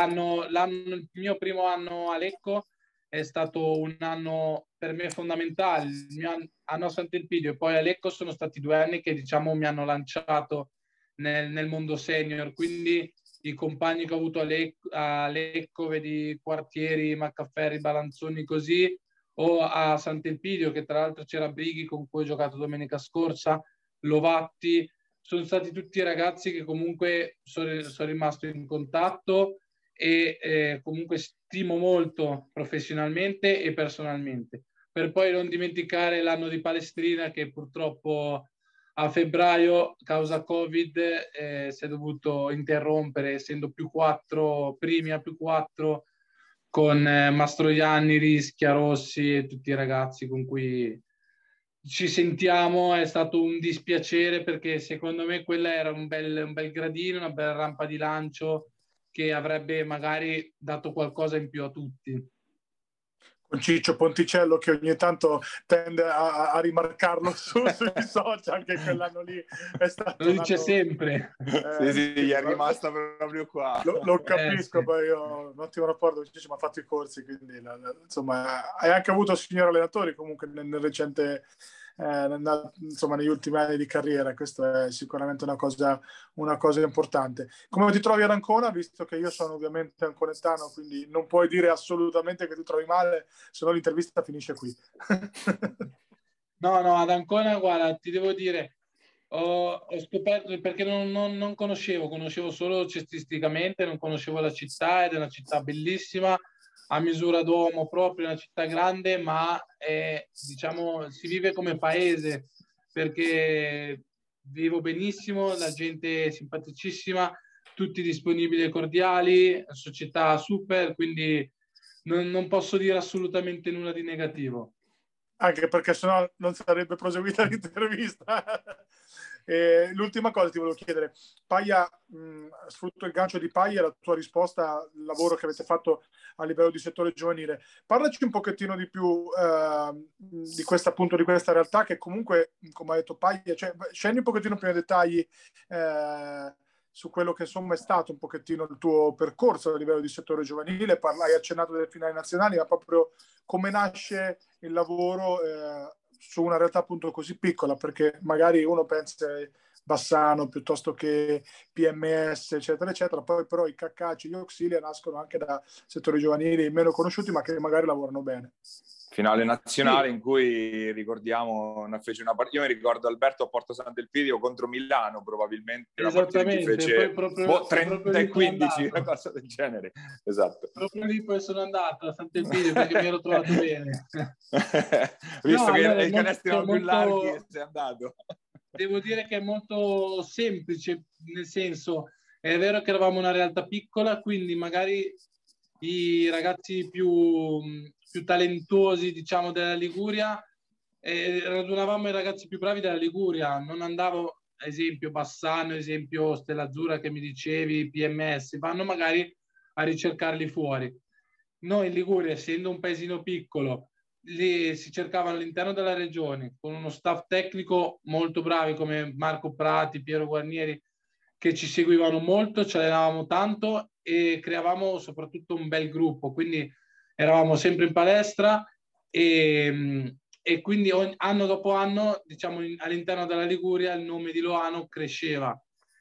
S4: il mio primo anno a Lecco è stato un anno per me fondamentale, il mio anno a Sant'Elpidio e poi a Lecco sono stati 2 anni che diciamo mi hanno lanciato nel mondo senior, quindi i compagni che ho avuto a Lecco, vedi Quartieri, Maccaferri, Balanzoni così, o a Sant'Elpidio che tra l'altro c'era Brighi con cui ho giocato domenica scorsa, Lovatti, sono stati tutti ragazzi che comunque sono rimasto in contatto e comunque stimo molto professionalmente e personalmente. Per poi non dimenticare l'anno di Palestrina che purtroppo a febbraio, causa Covid, si è dovuto interrompere, essendo +4, primi a +4, con Mastroianni, Rischia, Rossi e tutti i ragazzi con cui ci sentiamo. È stato un dispiacere perché secondo me quella era un bel gradino, una bella rampa di lancio che avrebbe magari dato qualcosa in più a tutti.
S3: Con Ciccio Ponticello che ogni tanto tende a rimarcarlo sui social, che quell'anno lì è stato
S4: lo dice sempre.
S2: Sì, gli è rimasta proprio qua.
S3: Lo capisco,
S4: sì.
S3: poi io ho un ottimo rapporto con Ciccio, mi ha fatto i corsi, quindi insomma hai anche avuto signor allenatori comunque nel recente insomma, negli ultimi anni di carriera. Questo è sicuramente una cosa importante. Come ti trovi ad Ancona, visto che io sono ovviamente anconettano, quindi non puoi dire assolutamente che ti trovi male, se no l'intervista finisce qui.
S4: No, ad Ancona, guarda, ti devo dire, ho scoperto, perché non conoscevo solo cestisticamente, non conoscevo la città, ed è una città bellissima, a misura d'uomo proprio, una città grande, ma diciamo, si vive come paese, perché vivo benissimo, la gente è simpaticissima, tutti disponibili e cordiali, società super, quindi non posso dire assolutamente nulla di negativo.
S3: Anche perché sennò non sarebbe proseguita l'intervista. L'ultima cosa ti volevo chiedere, Paglia, sfrutto il gancio di Paglia, la tua risposta al lavoro che avete fatto a livello di settore giovanile. Parlaci un pochettino di più di questa realtà che comunque, come ha detto Paglia, cioè, scendi un pochettino più nei dettagli su quello che insomma è stato un pochettino il tuo percorso a livello di settore giovanile. Hai accennato delle finali nazionali, ma proprio come nasce il lavoro su una realtà appunto così piccola, perché magari uno pensa Bassano piuttosto che PMS, eccetera, eccetera, poi però i Caccacci, gli Auxilia nascono anche da settori giovanili meno conosciuti, ma che magari lavorano bene.
S2: Finale nazionale in cui ricordiamo, io mi ricordo Alberto a Porto Sant'Elpidio contro Milano, probabilmente la partita che fece 30 e 15, una cosa del genere. Esatto.
S4: Proprio lì poi sono andato a Sant'Elpidio perché mi ero trovato bene.
S2: Visto che allora, i canestri erano più larghi, sei andato.
S4: Devo dire che è molto semplice, nel senso, è vero che eravamo una realtà piccola, quindi magari i ragazzi più talentuosi, diciamo, della Liguria, radunavamo i ragazzi più bravi della Liguria. Non andavo, esempio Bassano, esempio Stella Azzurra che mi dicevi, PMS, vanno magari a ricercarli fuori. Noi in Liguria, essendo un paesino piccolo, li si cercavano all'interno della regione con uno staff tecnico molto bravi come Marco Prati, Piero Guarnieri, che ci seguivano molto, ci allenavamo tanto e creavamo soprattutto un bel gruppo, quindi eravamo sempre in palestra e quindi anno dopo anno, diciamo, all'interno della Liguria il nome di Loano cresceva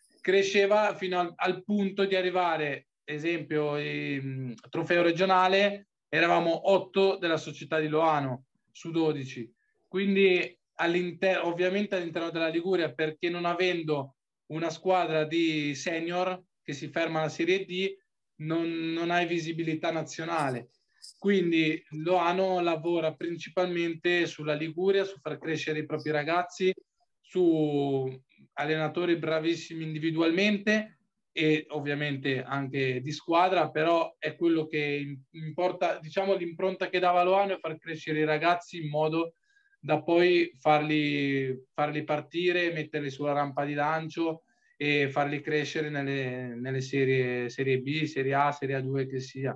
S4: fino al punto di arrivare, esempio, il trofeo regionale, eravamo 8 della società di Loano su 12, quindi ovviamente all'interno della Liguria, perché non avendo una squadra di senior che si ferma alla Serie D, non hai visibilità nazionale. Quindi Loano lavora principalmente sulla Liguria, su far crescere i propri ragazzi, su allenatori bravissimi individualmente e ovviamente anche di squadra, però è quello che importa, diciamo, l'impronta che dava Loano è far crescere i ragazzi in modo da poi farli partire, metterli sulla rampa di lancio e farli crescere nelle serie B, Serie A, Serie A2 che sia.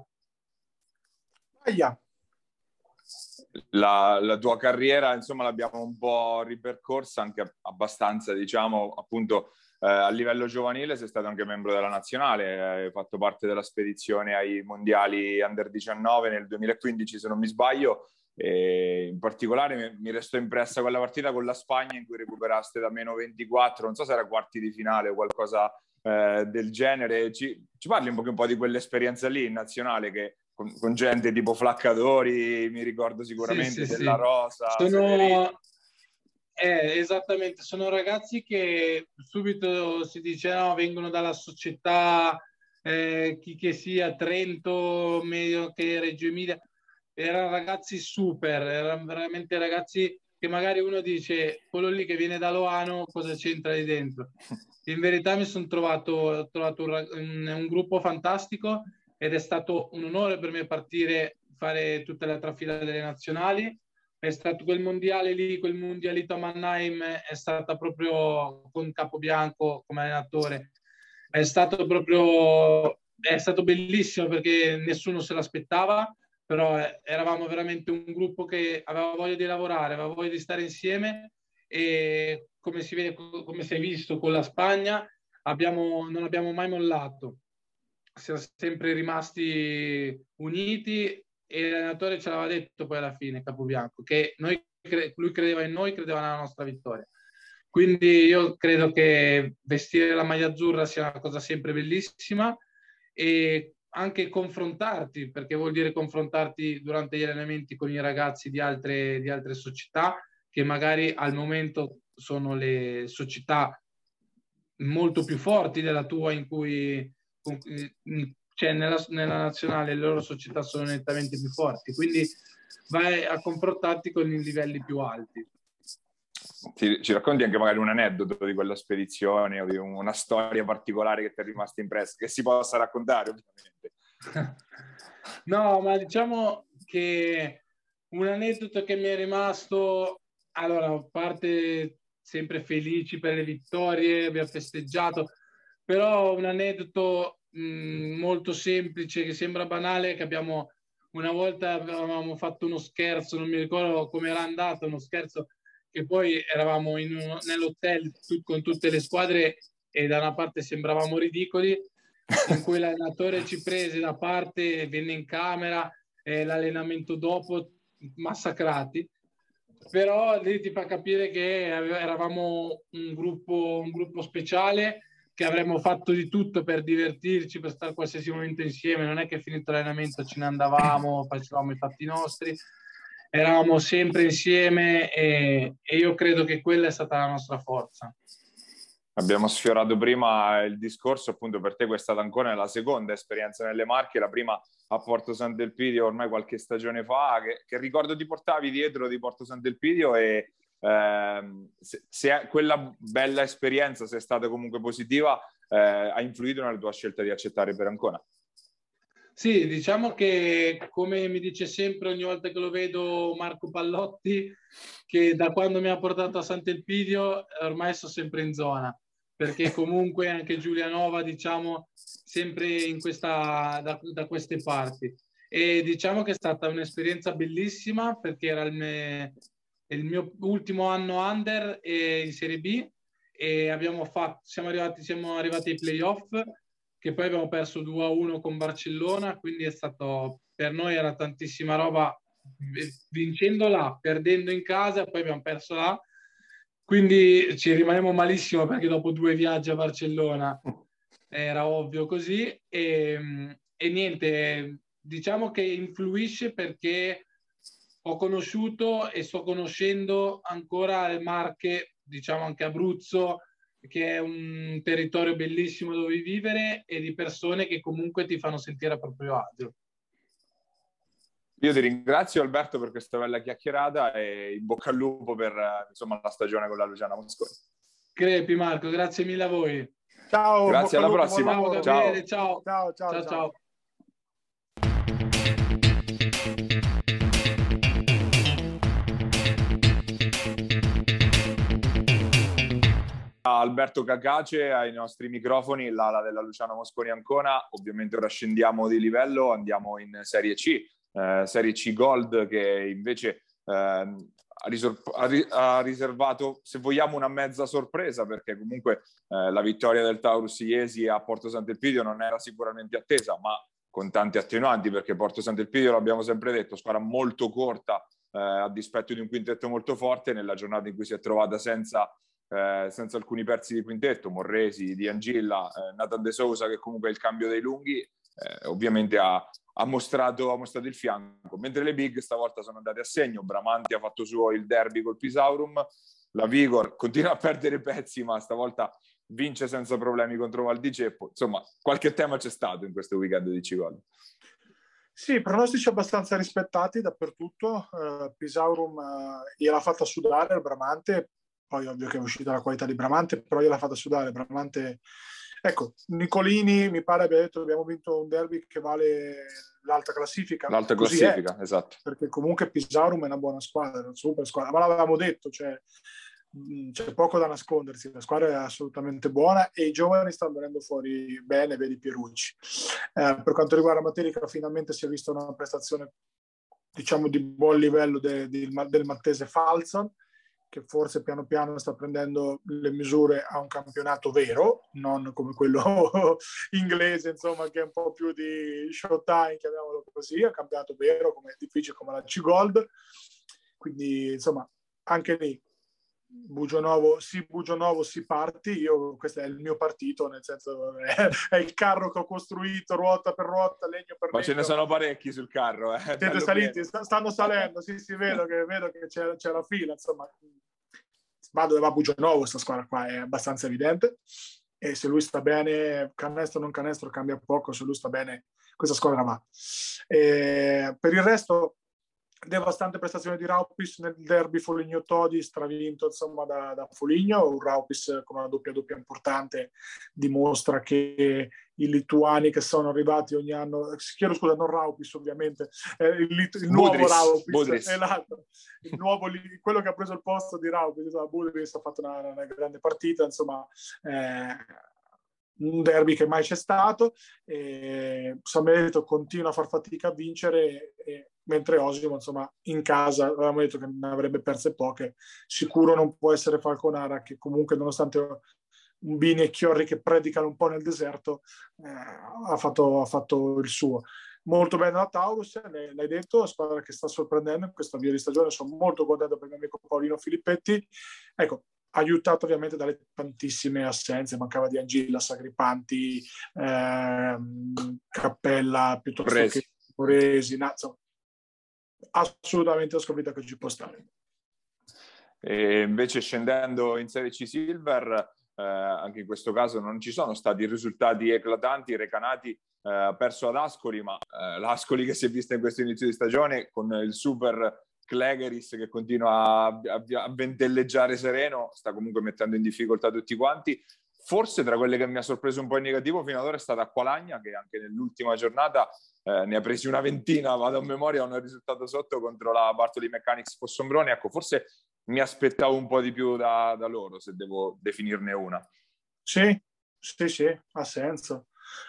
S2: La tua carriera, insomma, l'abbiamo un po' ripercorsa anche abbastanza, diciamo, appunto a livello giovanile sei stato anche membro della nazionale, hai fatto parte della spedizione ai mondiali Under 19 nel 2015, se non mi sbaglio, e in particolare mi restò impressa quella partita con la Spagna in cui recuperaste da meno 24, non so se era quarti di finale o qualcosa del genere. Ci parli un po' di quell'esperienza lì in nazionale che con gente tipo Flaccadori, mi ricordo sicuramente, della Rosa,
S4: esattamente, sono ragazzi che subito si dice no, vengono dalla società, chi che sia, Trento, meglio che Reggio Emilia. Erano ragazzi super, erano veramente ragazzi che magari uno dice quello lì che viene da Loano cosa c'entra lì dentro. In verità mi sono trovato un gruppo fantastico ed è stato un onore per me partire, fare tutta la trafila delle nazionali. È stato quel mondiale lì, quel mondialito a Mannheim, è stata proprio con Capobianco come allenatore. È stato bellissimo perché nessuno se l'aspettava, però eravamo veramente un gruppo che aveva voglia di lavorare, aveva voglia di stare insieme e come si vede, come si è visto con la Spagna, non abbiamo mai mollato. Siamo sempre rimasti uniti e l'allenatore ce l'aveva detto poi alla fine, Capobianco, che noi lui credeva in noi, credeva nella nostra vittoria. Quindi io credo che vestire la maglia azzurra sia una cosa sempre bellissima, e anche confrontarti, perché vuol dire confrontarti durante gli allenamenti con i ragazzi di altre società, che magari al momento sono le società molto più forti della tua, in cui cioè nella nazionale le loro società sono nettamente più forti, quindi vai a confrontarti con i livelli più alti.
S2: Ci racconti anche magari un aneddoto di quella spedizione o di una storia particolare che ti è rimasta impressa, che si possa raccontare ovviamente?
S4: No, ma diciamo che un aneddoto che mi è rimasto, allora, a parte sempre felici per le vittorie, abbiamo festeggiato, però un aneddoto molto semplice, che sembra banale, che una volta avevamo fatto uno scherzo, non mi ricordo come era andato, uno scherzo che poi eravamo nell'hotel con tutte le squadre e da una parte sembravamo ridicoli, in cui l'allenatore ci prese da parte, venne in camera, l'allenamento dopo, massacrati. Però lì ti fa capire che eravamo un gruppo speciale, che avremmo fatto di tutto per divertirci, per stare qualsiasi momento insieme. Non è che finito l'allenamento ce ne andavamo, facevamo i fatti nostri, eravamo sempre insieme, e io credo che quella è stata la nostra forza.
S2: Abbiamo sfiorato prima il discorso, appunto per te questa è stata ancora la seconda esperienza nelle Marche, la prima a Porto Sant'Elpidio ormai qualche stagione fa. Che ricordo ti portavi dietro di Porto Sant'Elpidio, e se quella bella esperienza, se è stata comunque positiva, ha influito nella tua scelta di accettare per Ancona?
S4: Sì, diciamo che, come mi dice sempre ogni volta che lo vedo Marco Pallotti, che da quando mi ha portato a Sant'Elpidio ormai sono sempre in zona, perché comunque anche Giulianova, diciamo, sempre da queste parti. E diciamo che è stata un'esperienza bellissima, perché era il mio ultimo anno under in Serie B, e siamo arrivati ai playoff, che poi abbiamo perso 2-1 con Barcellona, quindi per noi era tantissima roba, vincendo là, perdendo in casa, poi abbiamo perso là, quindi ci rimaniamo malissimo, perché dopo 2 viaggi a Barcellona era ovvio così, e niente, diciamo che influisce, perché ho conosciuto e sto conoscendo ancora le Marche, diciamo anche Abruzzo, che è un territorio bellissimo dove vivere, e di persone che comunque ti fanno sentire a proprio agio.
S2: Io ti ringrazio, Alberto, per questa bella chiacchierata, e in bocca al lupo per insomma la stagione con la Luciana Mosconi.
S4: Crepi Marco, grazie mille a voi.
S3: Ciao,
S2: grazie, alla prossima.
S4: Ciao Gabriele, ciao.
S3: Ciao.
S2: Alberto Cacace ai nostri microfoni, l'ala della Luciana Mosconi Ancona. Ovviamente ora scendiamo di livello, andiamo in Serie C, Serie C Gold, che invece ha riservato, se vogliamo, una mezza sorpresa, perché comunque la vittoria del Taurus Iesi a Porto Sant'Elpidio non era sicuramente attesa, ma con tanti attenuanti, perché Porto Sant'Elpidio, l'abbiamo sempre detto, squadra molto corta, a dispetto di un quintetto molto forte. Nella giornata in cui si è trovata senza alcuni pezzi di quintetto, Morresi, Di Angilla, Nathan De Sousa, che comunque è il cambio dei lunghi, ovviamente ha mostrato il fianco, mentre le big stavolta sono andate a segno. Bramanti ha fatto suo il derby col Pisaurum, la Vigor continua a perdere pezzi, ma stavolta vince senza problemi contro Val di Ceppo. Insomma, qualche tema c'è stato in questo weekend di C-Gold.
S3: Sì, pronostici abbastanza rispettati dappertutto. Pisaurum gliel'ha fatta sudare il Bramante, poi ovvio che è uscita la qualità di Bramante, però gliel'ha fatta sudare. Bramante, ecco, Nicolini mi pare abbia detto: abbiamo vinto un derby che vale l'alta classifica.
S2: L'alta classifica, esatto.
S3: Perché comunque Pisaurum è una buona squadra, una super squadra, ma l'avevamo detto, c'è poco da nascondersi, la squadra è assolutamente buona e i giovani stanno venendo fuori bene, vedi Pierucci. Per quanto riguarda Materica, finalmente si è vista una prestazione, diciamo, di buon livello del maltese Falzon, che forse piano piano sta prendendo le misure a un campionato vero, non come quello inglese, insomma, che è un po' più di showtime, chiamiamolo così, a campionato vero, come è difficile come la C-Gold. quindi insomma anche lì Bugionovo si parti, questo è il mio partito, nel senso è il carro che ho costruito ruota per ruota, legno per legno.
S2: Ma ce ne sono parecchi sul carro.
S3: Siete saliti, stanno salendo, sì, vedo che c'è la fila, insomma. Ma dove va Bugionovo, questa squadra qua è abbastanza evidente, e se lui sta bene, canestro o non canestro cambia poco, se lui sta bene questa squadra va. Per il resto devastante prestazione di Raupis nel derby Foligno-Todi, stravinto insomma da Foligno. Un Raupis con una doppia importante dimostra che i lituani che sono arrivati ogni anno, chiedo scusa, non Raupis ovviamente, il nuovo Raupis, esatto, il nuovo, quello che ha preso il posto di Raupis, Budris ha fatto una grande partita, insomma un derby che mai c'è stato. San Benedetto continua a far fatica a vincere, mentre Osimo insomma in casa avevamo detto che ne avrebbe perse poche. Sicuro non può essere Falconara, che comunque nonostante Bini e Chiorri che predicano un po' nel deserto ha fatto il suo. Molto bene la Taurus, l'hai detto, la squadra che sta sorprendendo in questa via di stagione. Sono molto contento per il mio amico Paolino Filippetti, ecco, aiutato ovviamente dalle tantissime assenze. Mancava di Angilas, Agripanti, Cappella, piuttosto che Moresi, Nazzo. Assolutamente la sconfitta che ci può stare.
S2: E invece scendendo in Serie C Silver, anche in questo caso non ci sono stati risultati eclatanti. Recanati ha perso ad Ascoli, ma l'Ascoli che si è vista in questo inizio di stagione con il super Clegeris che continua a ventelleggiare sereno, sta comunque mettendo in difficoltà tutti quanti. Forse tra quelle che mi ha sorpreso un po' in negativo fino ad ora è stata Acqualagna, che anche nell'ultima giornata ne ha presi una ventina, vado a memoria, un risultato sotto contro la Bartoli Mechanics Fossombrone. Ecco, forse mi aspettavo un po' di più da loro, se devo definirne una.
S3: Sì, ha senso.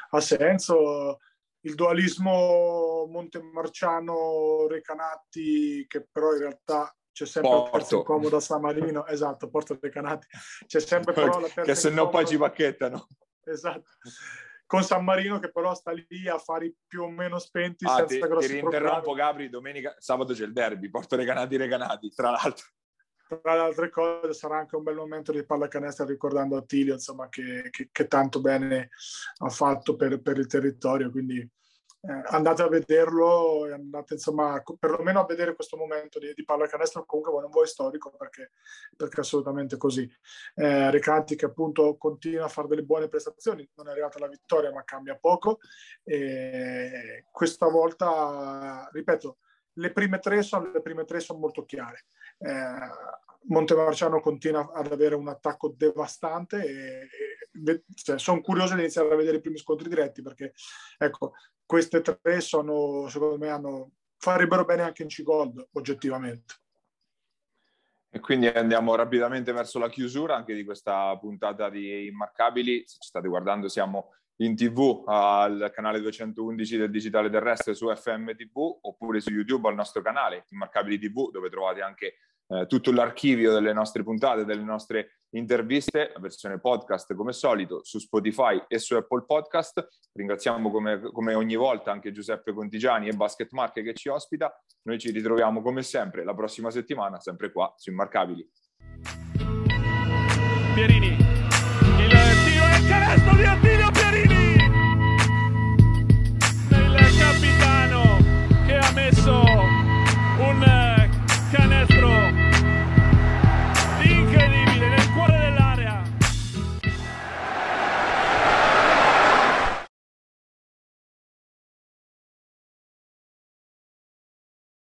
S3: Il dualismo Montemarciano-Recanati, che però in realtà c'è sempre la terza incomoda San Marino, esatto, Porto Recanati, c'è sempre però la terza
S2: che se no poi ci pacchettano.
S3: Esatto. Con San Marino che però sta lì a fari più o meno spenti, senza grossi
S2: ti rinterrompo, Gabri, sabato c'è il derby, Porto Recanati, tra l'altro.
S3: Tra le altre cose sarà anche un bel momento di pallacanestro, ricordando Attilio, insomma, che tanto bene ha fatto per il territorio, quindi andate a vederlo e andate insomma perlomeno a vedere questo momento di pallacanestro, comunque non vuoi storico, perché è assolutamente così. Recanati che appunto continua a fare delle buone prestazioni, non è arrivata la vittoria ma cambia poco, e questa volta, ripeto, le prime tre sono molto chiare. Montemarciano continua ad avere un attacco devastante sono curioso di iniziare a vedere i primi scontri diretti, perché ecco, queste tre secondo me farebbero bene anche in C-Gold oggettivamente.
S2: E quindi andiamo rapidamente verso la chiusura anche di questa puntata di Immarcabili. Se ci state guardando siamo in TV al canale 211 del Digitale Terrestre su FM TV, oppure su YouTube al nostro canale Immarcabili TV, dove trovate anche tutto l'archivio delle nostre puntate, delle nostre interviste, la versione podcast come solito su Spotify e su Apple Podcast. Ringraziamo come ogni volta anche Giuseppe Contigiani e Basket Marche che ci ospita. Noi ci ritroviamo come sempre la prossima settimana, sempre qua su Immarcabili.
S1: Pierini, il tiro e il canestro di Attilio!